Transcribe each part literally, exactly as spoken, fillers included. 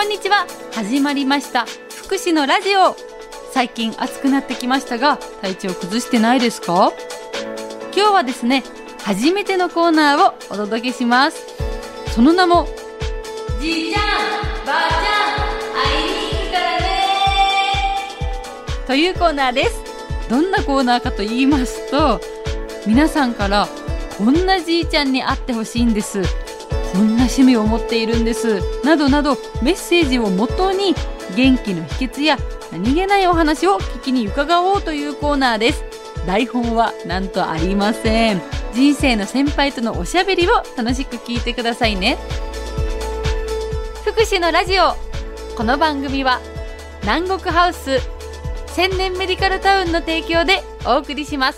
こんにちは。始まりました福祉のラジオ。最近暑くなってきましたが、体調崩してないですか？今日はですね、初めてのコーナーをお届けします。その名も、じいちゃんばあちゃん会いに行くからねというコーナーです。どんなコーナーかと言いますと、皆さんからこんなじいちゃんに会ってほしいんです、こんな趣味を持っているんですなどなど、メッセージをもとに元気の秘訣や何気ないお話を聞きに伺おうというコーナーです。台本はなんとありません。人生の先輩とのおしゃべりを楽しく聞いてくださいね。福祉のラジオ。この番組は南国ハウス千年メディカルタウンの提供でお送りします。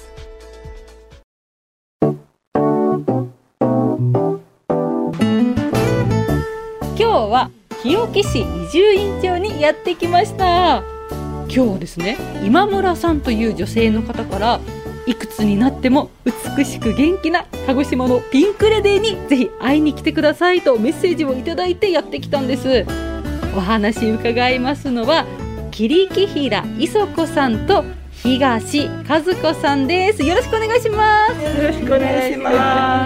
今日は日置市移住院長にやってきました。今日はですね、今村さんという女性の方から、いくつになっても美しく元気な鹿児島のピンクレディにぜひ会いに来てくださいとメッセージをいただいてやってきたんです。お話伺いますのは桐木平磯子さんと東和子さんです。よろしくお願いします。 よろしくお願いします。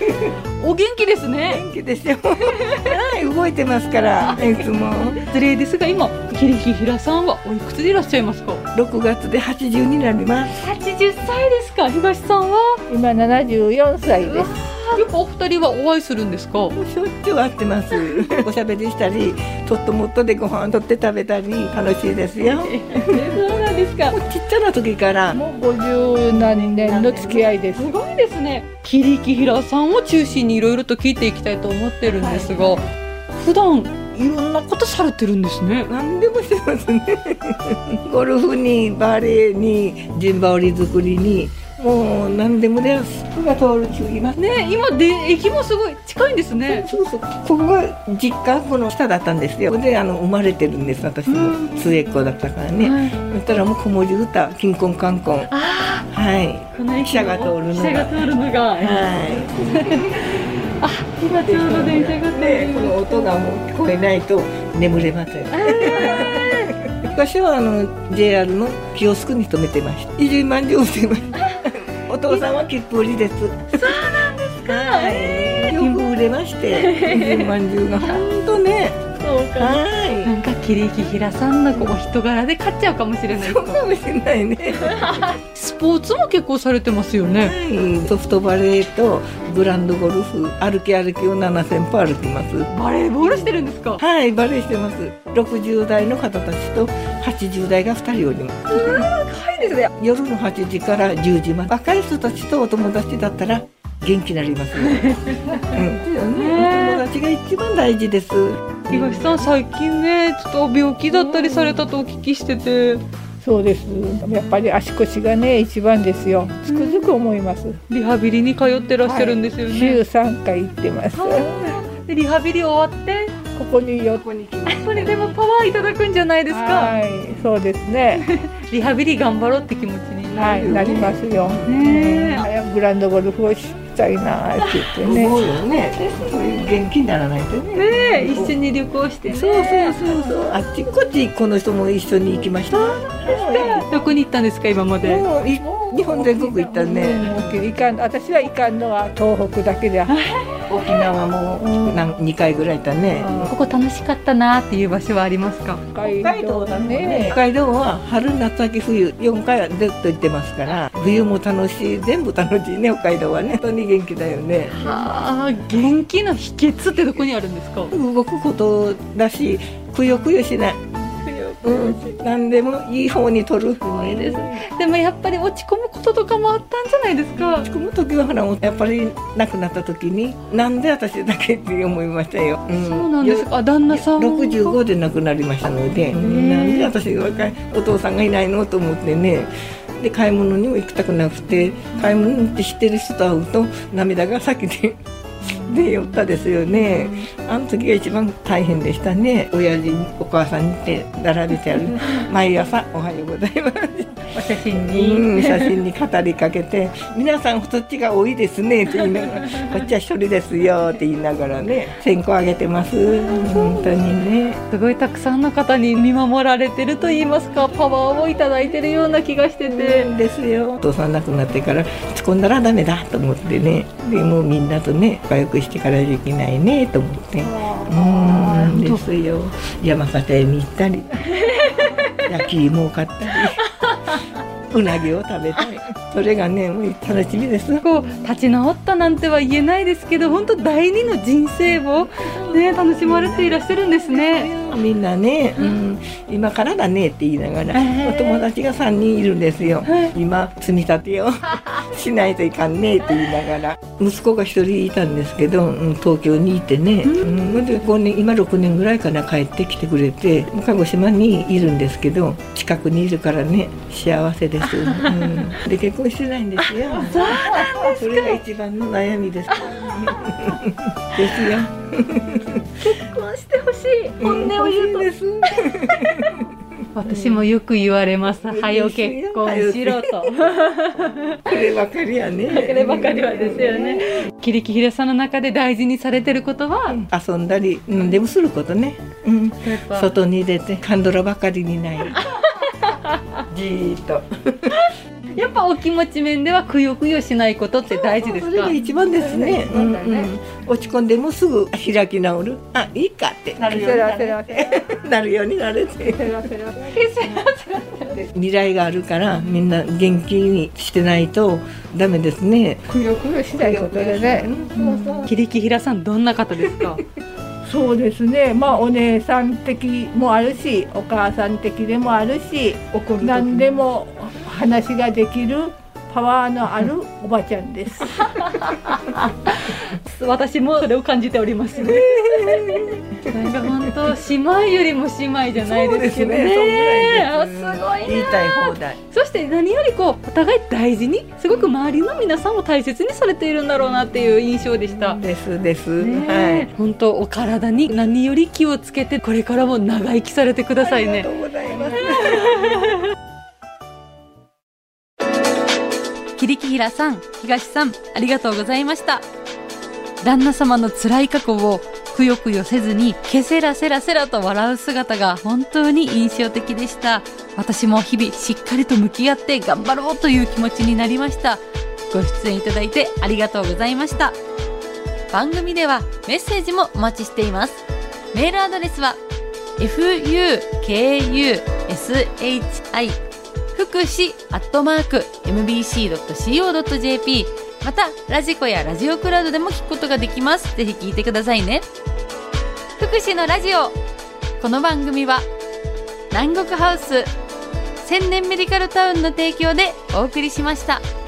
お元気ですね。 元気ですよ。はい、動いてますからいつも。 失礼ですが、今桐木平さんはおいくつでいらっしゃいますか？ ろくがつではちじゅうになります。 はちじゅっさいですか？東さんは今ななじゅうよんさいです。 よくお二人はお会いするんですか？ もうしょっちゅう会ってます。おしゃべりしたり、とっともっとでご飯取って食べたり楽しいですよ。 そうなんですか。 もうちっちゃな時からもうごじゅうなんねんの付き合いです。 すごいですね。桐木平さんを中心にいろいろと聞いていきたいと思ってるんですが、はい、普段いろんなことされてるんですね。 何でもしてますね。ゴルフにバレエに陣羽織作りに、もう何でもです。火が通る中いますね。今で駅もすごい近いんですね。 そうそう、ここが実家この下だったんですよ。で、あの生まれてるんです。私も末っ子だったからね。はい、そしたらもう子守歌、金婚観婚。ああ、はい。この汽車が通るのが。 汽車が通るのが。はい。あ、今ちょうど電車が通る、 ね。この音がもう聞こえないと眠れません。昔はあの ジェイアール のキオスクに勤めてました。移住まんじゅうをしてました。お父さんは切符売りです。 そうなんですか。 はい、よく売れまして、移住まんじゅうが本当ね。 そうか。はい。なんか桐木平さんのこうお人柄で買っちゃうかもしれない。 そうかもしれないね。 スポーツも結構されてますよね。 はい。ソフトバレーとグランドゴルフ、歩き歩きをななせんぽ歩きます。 バレーボールしてるんですか？ はい、バレーしてます。ろくじゅうだいの方たちとはちじゅうだいがふたりおります。 うん、高いですね。 夜のはちじからじゅうじまで。若い人たちとお友達だったら元気になりますね。うん、お友達が一番大事です。 東さん、最近ね、ちょっと病気だったりされたとお聞きしてて。 そうです。やっぱり足腰がね一番ですよ。つくづく思います。 リハビリに通ってらっしゃるんですよね。はい、 週さんかい行ってます。 でリハビリ終わってここによっこに来ます。これでもパワーいただくんじゃないですか？ はい、そうですね。 リハビリ頑張ろうって気持ちになる、 はい、なりますよ。ね、早くグランドゴルフをしたいなって言ってね。 そうよね。そういう元気にならないとね。 ね、一緒に旅行してね。 そうそうそうそう。あっちこっちこの人も一緒に行きました。 どこに行ったんですか今まで？ もう日本全国行ったね。 いかん、私は行かんのは東北だけで。 沖縄もにかいぐらい行ったね。 ここ楽しかったなっていう場所はありますか？ 北海道だね。北海道は春夏秋冬よんかいはずっと行ってますから、冬も楽しい、全部楽しいね。北海道はね、本当に元気だよね。 はあ、元気の秘訣ってどこにあるんですか？ 動くことだし、くよくよしない。うん、何でもいい方に取る。 いいです。でもやっぱり落ち込むこととかもあったんじゃないですか？ 落ち込む時はほら、やっぱり亡くなった時になんで私だけって思いましたよ。 うん、そうなんですか。旦那さんろくじゅうごで亡くなりましたので、なんで私が若いお父さんがいないのと思ってね。で買い物にも行きたくなくて、買い物に行って知ってる人と会うと涙が先でで寄ったですよね。あの時が一番大変でしたね。親父にお母さんにって並べてある毎朝おはようございますお写真うに、 ん、写真に語りかけて皆さんそっちが多いですねって言いながらこっちは一人ですよって言いながらね線香あげてます。本当にねすごいたくさんの方に見守られてると言いますか、パワーをいただいてるような気がしてて、 うんですよ。お父さん亡くなってから突っ込んだらダメだと思ってね、でもうみんなとね仲良くしてからじゃいけないねと思ってうんですよ。山形へに行ったり焼き芋を買ったりうなぎを食べたい、それがねもう楽しみです。 こう立ち直ったなんては言えないですけど、本当第二の人生を、ね、楽しまれていらっしゃるんですね。 みんなね、うん、今からだねって言いながら、お友達がさんにんいるんですよ。今積み立てをしないといかんねって言いながら、息子がひとりいたんですけど、うん、東京にいてね、うん、でごねん今ろくねんぐらいかな帰ってきてくれて、鹿児島にいるんですけど近くにいるからね幸せです、うん、で結婚してないんですよ。 そうなんですか。 それが一番の悩みですですよ。 結婚してほしい。本音を言うと、 うん、欲しいです私もよく言われます。はよ結婚しろと。 こればかりはね。 こればかりはですよね。桐木平さんの中で大事にされてることは、 遊んだり何でもすることね、うん、外に出てカンドラばかりにないじーっとやっぱお気持ち面ではくよくよしないことって大事ですか？ それが一番ですね。うんうん、落ち込んでもすぐ開き直る、あいいかってなるようになれてなるようになれて未来があるからみんな元気にしてないとダメですね。 くよくよしないことでね。 桐木平さんどんな方ですか？ そうですね、まあお姉さん的もあるしお母さん的でもあるし、何でも話ができるパワーのあるおばちゃんです私もそれを感じておりますねなんか本当姉妹よりも姉妹じゃないですけどね。 そうですね。 あすごいな。 言いたい放題。 そして何よりこうお互い大事に、すごく周りの皆さんを大切にされているんだろうなっていう印象でした。 ですです。 はい。本当お体に何より気をつけて、これからも長生きされてくださいね。 ありがとうございます桐木平さん、東さん、ありがとうございました。旦那様の辛い過去をくよくよせずにケセラセラセラと笑う姿が本当に印象的でした。私も日々しっかりと向き合って頑張ろうという気持ちになりました。ご出演いただいてありがとうございました。番組ではメッセージもお待ちしています。メールアドレスは エフユーケーユーエスエイチアイ 福祉アットマーク エムビーシードットシーオードットジェーピー、 またラジコやラジオクラウドでも聞くことができます。ぜひ聞いてくださいね。福祉のラジオ、この番組は南国ハウス千年メディカルタウンの提供でお送りしました。